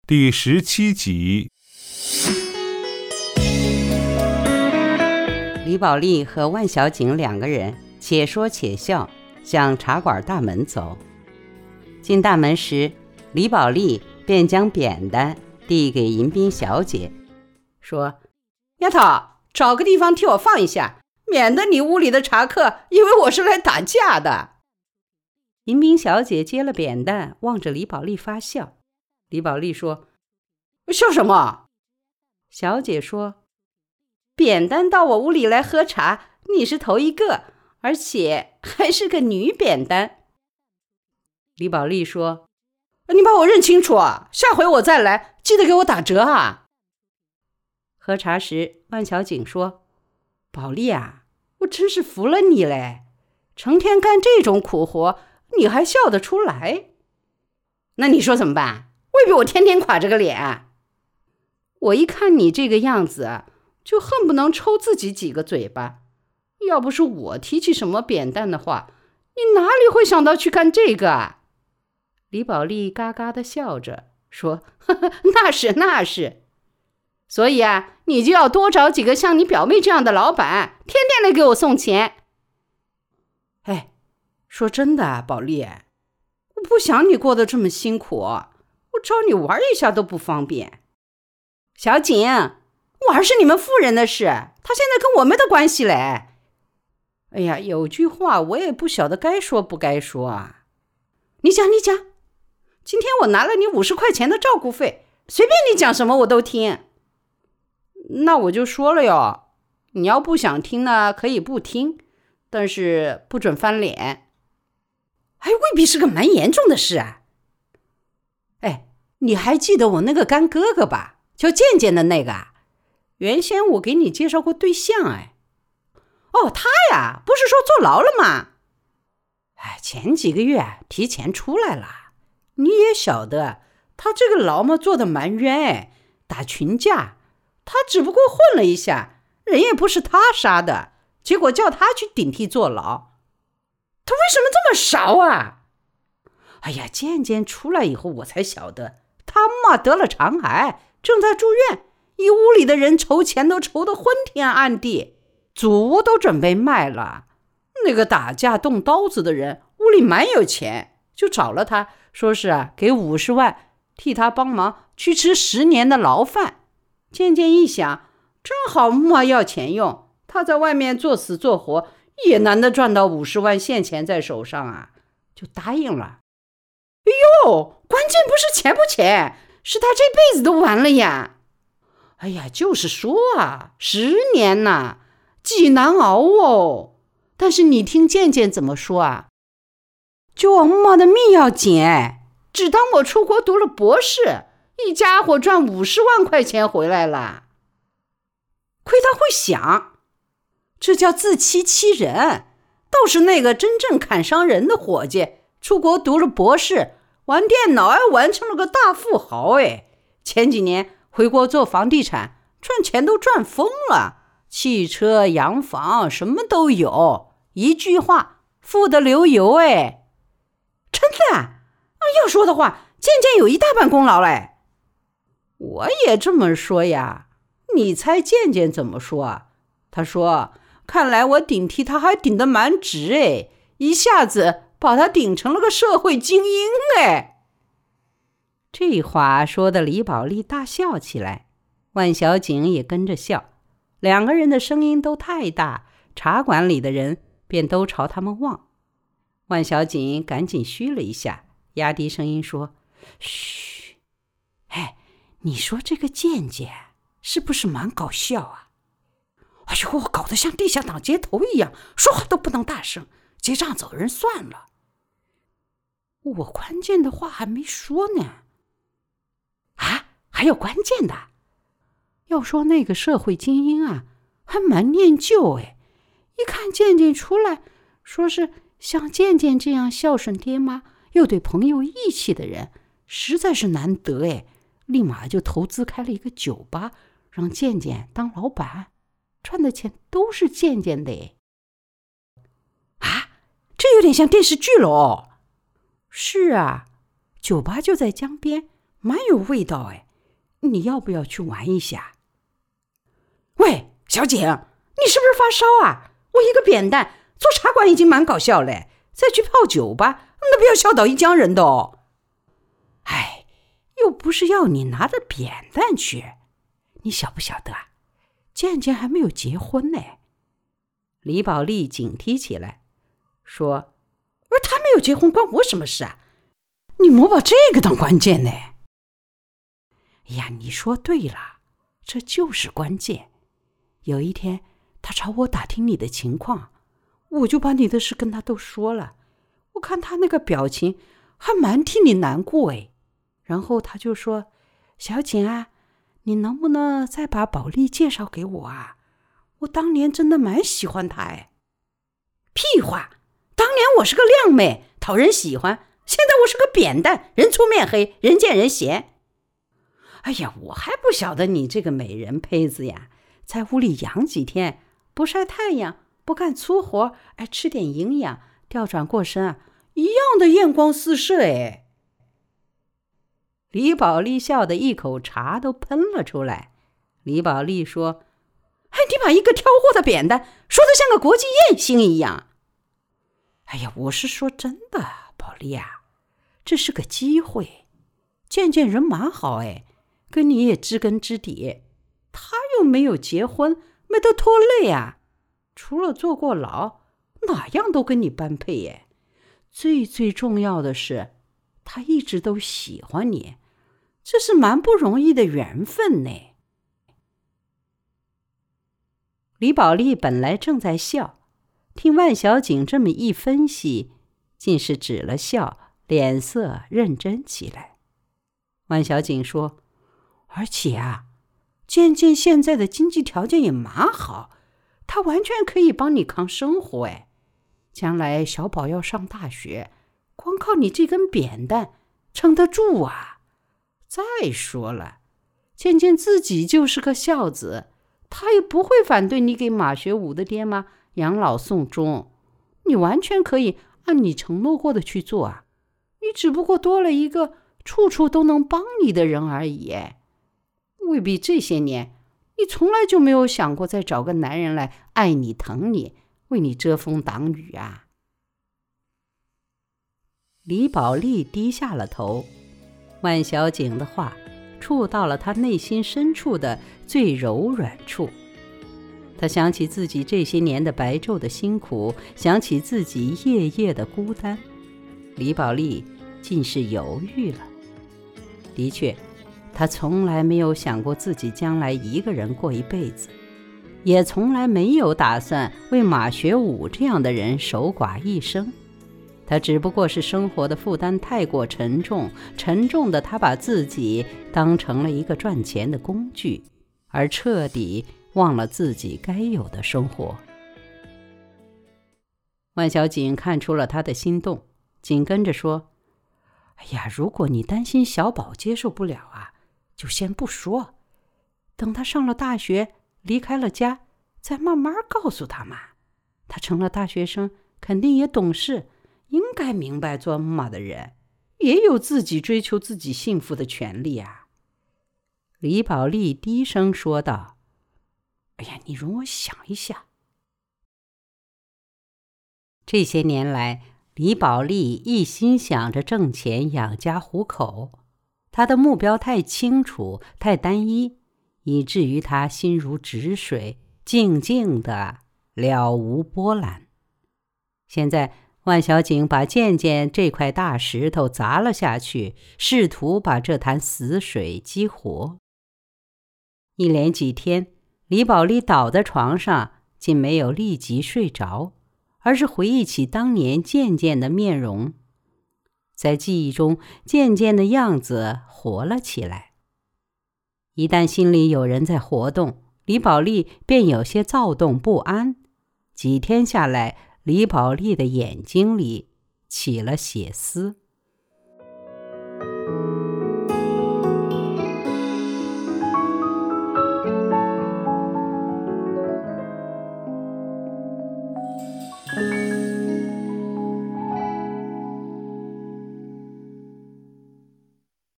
第17集。 李宝莉和万小景两个人且说且笑，向茶馆大门走。进大门时，李宝莉便将扁担递给迎宾小姐，说：丫头，找个地方替我放一下，免得你屋里的茶客以为我是来打架的。迎宾小姐接了扁担，望着李宝莉发笑。李宝莉说：笑什么？小姐说：扁担到我屋里来喝茶，你是头一个，而且还是个女扁担。李宝莉说：你把我认清楚啊，下回我再来记得给我打折啊。喝茶时，万小景说：宝莉啊，我真是服了你嘞，成天干这种苦活你还笑得出来。那你说怎么办？未必我天天垮着个脸。我一看你这个样子，就恨不能抽自己几个嘴巴。要不是我提起什么扁担的话，你哪里会想到去干这个啊？李宝莉嘎嘎地笑着说：呵呵，那是。所以啊，你就要多找几个像你表妹这样的老板，天天来给我送钱。哎，说真的，宝莉，我不想你过得这么辛苦，我找你玩一下都不方便。小景，玩是你们夫人的事，她现在跟我没得关系嘞。哎呀，有句话我也不晓得该说不该说啊。你讲。今天我拿了你50块钱的照顾费，随便你讲什么我都听。那我就说了哟，你要不想听呢，可以不听，但是不准翻脸。还未必是个蛮严重的事啊。哎，你还记得我那个干哥哥吧？叫健健的那个啊，原先我给你介绍过对象哎。哦，他呀，不是说坐牢了吗？哎，前几个月提前出来了。你也晓得，他这个牢嘛坐得蛮冤哎，打群架。他只不过混了一下，人也不是他杀的，结果叫他去顶替坐牢。他为什么这么少啊？哎呀，渐渐出来以后我才晓得，他嘛得了肠癌，正在住院，一屋里的人筹钱都筹得昏天暗地，祖屋都准备卖了。那个打架动刀子的人屋里蛮有钱，就找了他，说是给50万替他帮忙去吃10年的牢饭。渐渐一想，正好嘛要钱用，他在外面做死做活也难得赚到50万现钱在手上啊，就答应了。哎呦，关键不是钱不钱，是他这辈子都完了呀。哎呀，就是说啊，10年呐，几难熬哦。但是你听渐渐怎么说啊？就我妈的命要紧，只当我出国读了博士，一家伙赚50万块钱回来了。亏他会想，这叫自欺欺人。倒是那个真正砍伤人的伙计，出国读了博士，玩电脑玩成了个大富豪哎。前几年回国做房地产，赚钱都赚疯了，汽车洋房什么都有，一句话富得流油哎。真的啊？要说的话，渐渐有一大半功劳嘞。我也这么说呀，你猜渐渐怎么说啊？他说，看来我顶替他还顶得蛮直哎，一下子把他顶成了个社会精英哎。这话说的李宝莉大笑起来，万小景也跟着笑，两个人的声音都太大，茶馆里的人便都朝他们望。万小景赶紧嘘了一下，压低声音说：嘘，哎，你说这个渐渐是不是蛮搞笑啊？哎呦，我搞得像地下党街头一样，说话都不能大声，结账走人算了。我关键的话还没说呢。啊，还有关键的？要说那个社会精英啊，还蛮念旧哎。一看渐渐出来，说是像渐渐这样孝顺爹妈又对朋友义气的人，实在是难得哎。立马就投资开了一个酒吧，让渐渐当老板，赚的钱都是渐渐的哎。啊，这有点像电视剧了哦。是啊，酒吧就在江边， 蛮有味道哎，你要不要去玩一下？喂，小景，你是不是发烧啊？我一个扁担做茶馆已经蛮搞笑嘞，再去泡酒吧，那不要笑倒一江人的哦。哎，又不是要你拿着扁担去，你晓不晓得啊？健健还没有结婚呢。 李宝莉警惕起来，说：“ 他没有结婚关我什么事啊？你莫把这个当关键呢。”哎呀，你说对了，这就是关键。有一天他朝我打听你的情况，我就把你的事跟他都说了。我看他那个表情还蛮替你难过哎。然后他就说：“小景啊，你能不能再把宝莉介绍给我啊？我当年真的蛮喜欢她哎。”屁话，当年我是个靓妹，讨人喜欢，现在我是个扁担，人粗面黑，人见人嫌。哎呀，我还不晓得你这个美人胚子呀，在屋里养几天，不晒太阳，不干粗活，吃点营养，调转过身啊，一样的艳光四射哎。 李宝莉笑得一口茶都喷了出来。李宝莉说：“ 你把一个挑货的扁担说得像个国际艳星一样。”哎呀，我是说真的，宝莉啊，这是个机会。健健人蛮好哎，跟你也知根知底，他又没有结婚，没得拖累啊。除了坐过牢，哪样都跟你般配耶。最重要的是，他一直都喜欢你，这是蛮不容易的缘分呢。 李宝莉本来正在笑，听万小景这么一分析，竟是止了笑，脸色认真起来。万小景说：“ 而且啊，健健现在的经济条件也蛮好，他完全可以帮你扛生活哎。将来小宝要上大学，光靠你这根扁担撑得住啊。再说了，健健自己就是个孝子，他也不会反对你给马学武的爹妈养老送终，你完全可以按你承诺过的去做啊。你只不过多了一个处处都能帮你的人而已。未必这些年你从来就没有想过再找个男人来爱你疼你，为你遮风挡雨啊。” 李宝莉低下了头，万小景的话触到了他内心深处的最柔软处。他想起自己这些年的白昼的辛苦，想起自己夜夜的孤单，李宝莉竟是犹豫了。的确，他从来没有想过自己将来一个人过一辈子，也从来没有打算为马学武这样的人守寡一生。他只不过是生活的负担太过沉重，沉重的他把自己当成了一个赚钱的工具，而彻底忘了自己该有的生活。万小景看出了他的心动，紧跟着说：“ 哎呀，如果你担心小宝接受不了啊，就先不说，等他上了大学，离开了家，再慢慢告诉他嘛。他成了大学生，肯定也懂事，应该明白做妈妈的人也有自己追求自己幸福的权利啊。” 李宝莉低声说道：“ 哎呀，你容我想一下。” 这些年来，李宝莉一心想着挣钱养家糊口，她的目标太清楚太单一，以至于她心如止水，静静的了无波澜。现在万小景把健健这块大石头砸了下去，试图把这潭死水激活。一连几天，李宝莉倒在床上，竟没有立即睡着，而是回忆起当年健健的面容。在记忆中，健健的样子活了起来。一旦心里有人在活动，李宝莉便有些躁动不安。几天下来，李宝莉的眼睛里起了血丝。